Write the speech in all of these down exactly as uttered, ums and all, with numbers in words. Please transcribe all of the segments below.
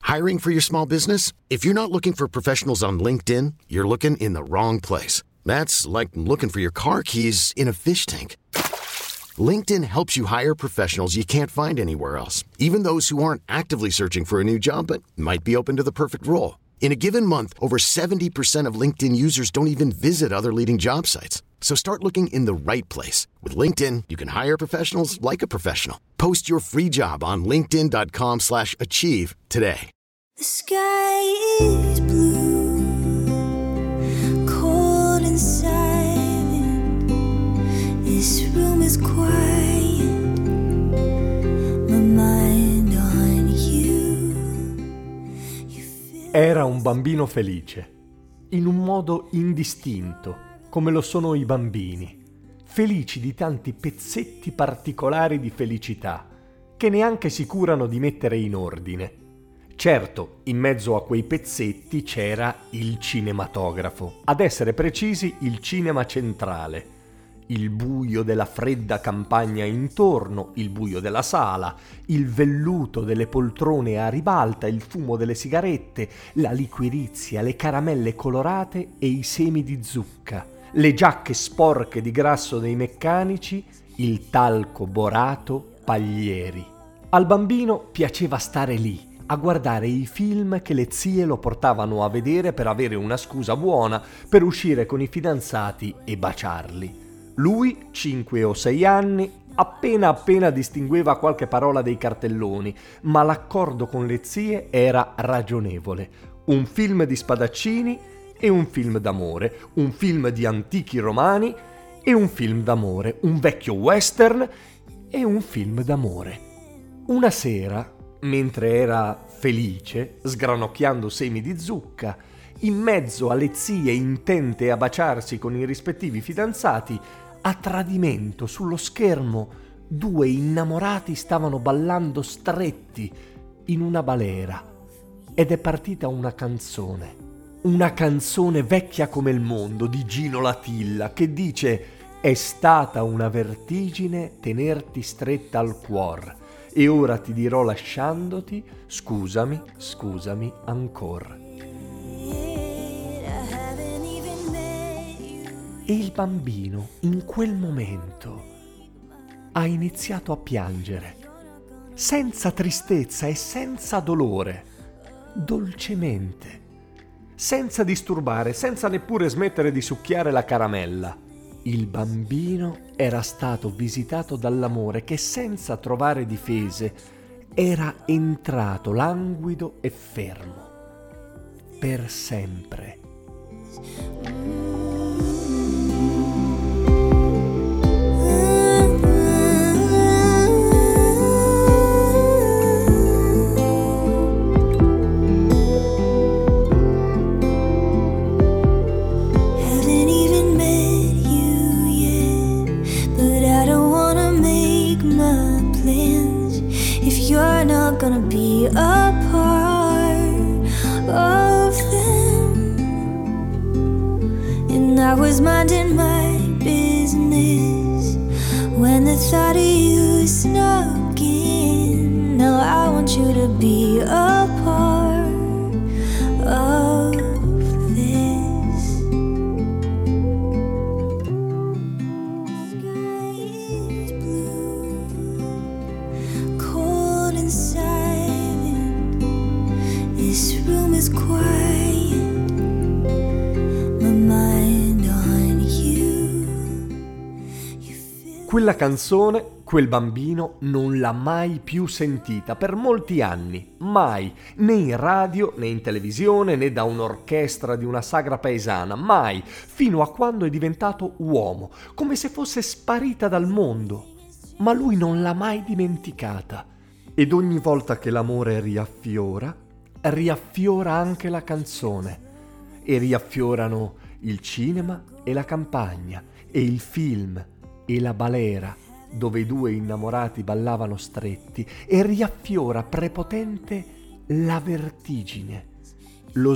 Hiring for your small business? If you're not looking for professionals on LinkedIn, you're looking in the wrong place. That's like looking for your car keys in a fish tank. LinkedIn helps you hire professionals you can't find anywhere else, even those who aren't actively searching for a new job but might be open to the perfect role. In a given month, over seventy percent of LinkedIn users don't even visit other leading job sites. So start looking in the right place. With LinkedIn, you can hire professionals like a professional. Post your free job on linkedin.com slash achieve today. The sky is blue, cold and silent. This room is quiet, my mind on you. You feel- Era un bambino felice, in un modo indistinto, come lo sono i bambini, felici di tanti pezzetti particolari di felicità, che neanche si curano di mettere in ordine. Certo, in mezzo a quei pezzetti c'era il cinematografo, ad essere precisi il cinema centrale. Il buio della fredda campagna intorno, il buio della sala, il velluto delle poltrone a ribalta, il fumo delle sigarette, la liquirizia, le caramelle colorate e i semi di zucca, le giacche sporche di grasso dei meccanici, il talco borato paglieri. Al bambino piaceva stare lì, a guardare i film che le zie lo portavano a vedere per avere una scusa buona per uscire con i fidanzati e baciarli. Lui, cinque o sei anni, appena appena distingueva qualche parola dei cartelloni, ma l'accordo con le zie era ragionevole. Un film di spadaccini e un film d'amore, un film di antichi romani e un film d'amore, un vecchio western e un film d'amore. Una sera, mentre era felice, sgranocchiando semi di zucca, in mezzo alle zie intente a baciarsi con i rispettivi fidanzati, a tradimento sullo schermo due innamorati stavano ballando stretti in una balera ed è partita una canzone, una canzone vecchia come il mondo di Gino Latilla che dice: è stata una vertigine tenerti stretta al cuor e ora ti dirò lasciandoti scusami, scusami ancora. E il bambino, in quel momento, ha iniziato a piangere, senza tristezza e senza dolore, dolcemente, senza disturbare, senza neppure smettere di succhiare la caramella. Il bambino era stato visitato dall'amore che, senza trovare difese, era entrato languido e fermo, per sempre. Gonna be a part of them, and I was minding my business when the thought of you snuck in. Now I want you to be a part of this. Sky is blue, cold and silent. This room is quiet, my mind on you. You feel- Quella canzone, quel bambino non l'ha mai più sentita per molti anni, mai, né in radio, né in televisione, né da un'orchestra di una sagra paesana, mai, fino a quando è diventato uomo, come se fosse sparita dal mondo. Ma lui non l'ha mai dimenticata. Ed ogni volta che l'amore riaffiora, riaffiora anche la canzone, e riaffiorano il cinema e la campagna, e il film e la balera, dove i due innamorati ballavano stretti, e riaffiora prepotente la vertigine, lo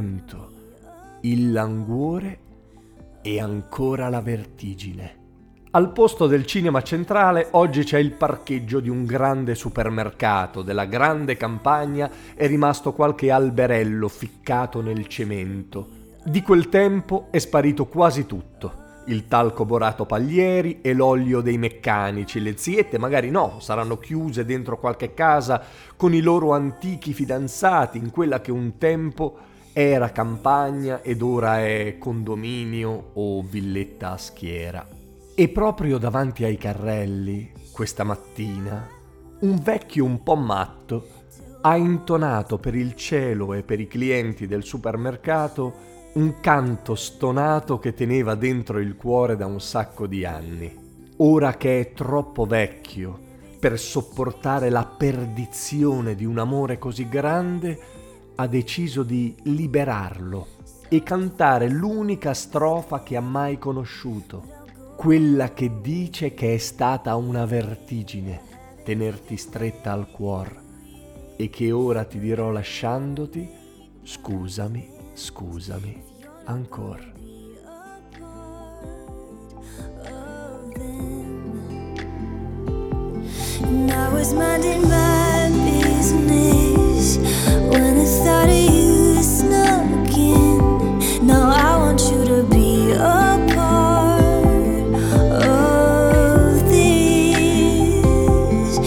sgomento, il languore e ancora la vertigine. Al posto del cinema centrale oggi c'è il parcheggio di un grande supermercato. Della grande campagna è rimasto qualche alberello ficcato nel cemento. Di quel tempo è sparito quasi tutto. Il talco borato Paglieri e l'olio dei meccanici. Le ziette magari no, saranno chiuse dentro qualche casa con i loro antichi fidanzati in quella che un tempo era campagna ed ora è condominio o villetta a schiera. E proprio davanti ai carrelli, questa mattina, un vecchio un po' matto ha intonato per il cielo e per i clienti del supermercato un canto stonato che teneva dentro il cuore da un sacco di anni. Ora che è troppo vecchio per sopportare la perdizione di un amore così grande, ha deciso di liberarlo e cantare l'unica strofa che ha mai conosciuto. Quella che dice che è stata una vertigine tenerti stretta al cuor e che ora ti dirò lasciandoti, scusami, scusami, ancora. And I was minding my business when I thought of you snuck in. Now I want you to be a part of this.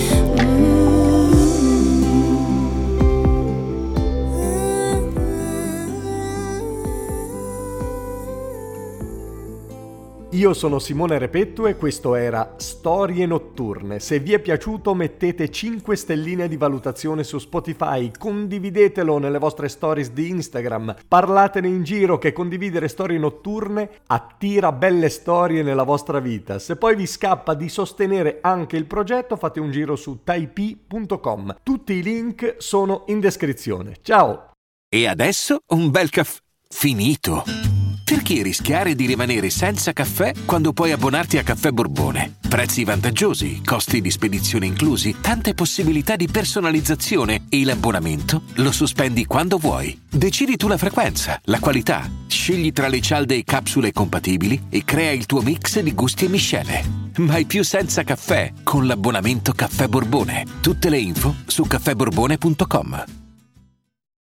Io sono Simone Repetto e questo era Storie Notturne. Se vi è piaciuto mettete cinque stelline di valutazione su Spotify, condividetelo nelle vostre stories di Instagram, parlatene in giro che condividere storie notturne attira belle storie nella vostra vita. Se poi vi scappa di sostenere anche il progetto fate un giro su Typee punto com. Tutti i link sono in descrizione. Ciao! E adesso un bel caffè finito. Perché rischiare di rimanere senza caffè quando puoi abbonarti a Caffè Borbone? Prezzi vantaggiosi, costi di spedizione inclusi, tante possibilità di personalizzazione e l'abbonamento lo sospendi quando vuoi. Decidi tu la frequenza, la qualità, scegli tra le cialde e capsule compatibili e crea il tuo mix di gusti e miscele. Mai più senza caffè con l'abbonamento Caffè Borbone. Tutte le info su caffè borbone punto com.